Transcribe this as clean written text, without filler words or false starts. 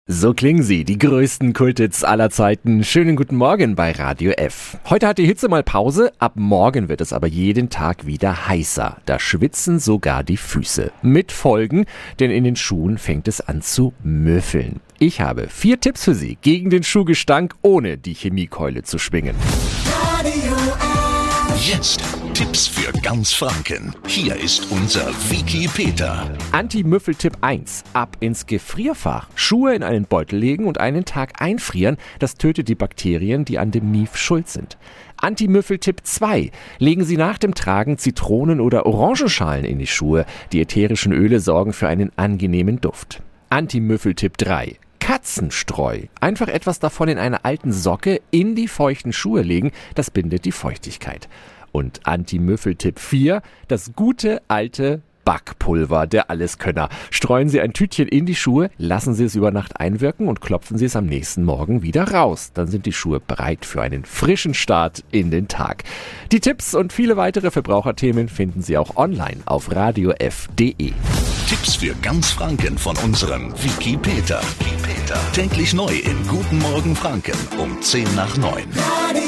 So klingen sie, die größten Kulthits aller Zeiten. Schönen guten Morgen bei Radio F. Heute hat die Hitze mal Pause, ab morgen wird es aber jeden Tag wieder heißer. Da schwitzen sogar die Füße. Mit Folgen, denn in den Schuhen fängt es an zu müffeln. Ich habe 4 Tipps für Sie gegen den Schuhgestank, ohne die Chemiekeule zu schwingen. Radio F. Jetzt Tipps für ganz Franken. Hier ist unser Wiki Peter. Anti-Müffel-Tipp 1. Ab ins Gefrierfach. Schuhe in einen Beutel legen und einen Tag einfrieren. Das tötet die Bakterien, die an dem Mief schuld sind. Anti-Müffel-Tipp 2. Legen Sie nach dem Tragen Zitronen- oder Orangenschalen in die Schuhe. Die ätherischen Öle sorgen für einen angenehmen Duft. Anti-Müffel-Tipp 3. Katzenstreu. Einfach etwas davon in einer alten Socke in die feuchten Schuhe legen. Das bindet die Feuchtigkeit. Und Anti-Müffel-Tipp 4, das gute alte Backpulver, der Alleskönner. Streuen Sie ein Tütchen in die Schuhe, lassen Sie es über Nacht einwirken und klopfen Sie es am nächsten Morgen wieder raus. Dann sind die Schuhe bereit für einen frischen Start in den Tag. Die Tipps und viele weitere Verbraucherthemen finden Sie auch online auf radiof.de. Tipps für ganz Franken von unserem Wiki Peter. Täglich neu in Guten Morgen Franken um 10 nach 9. Radio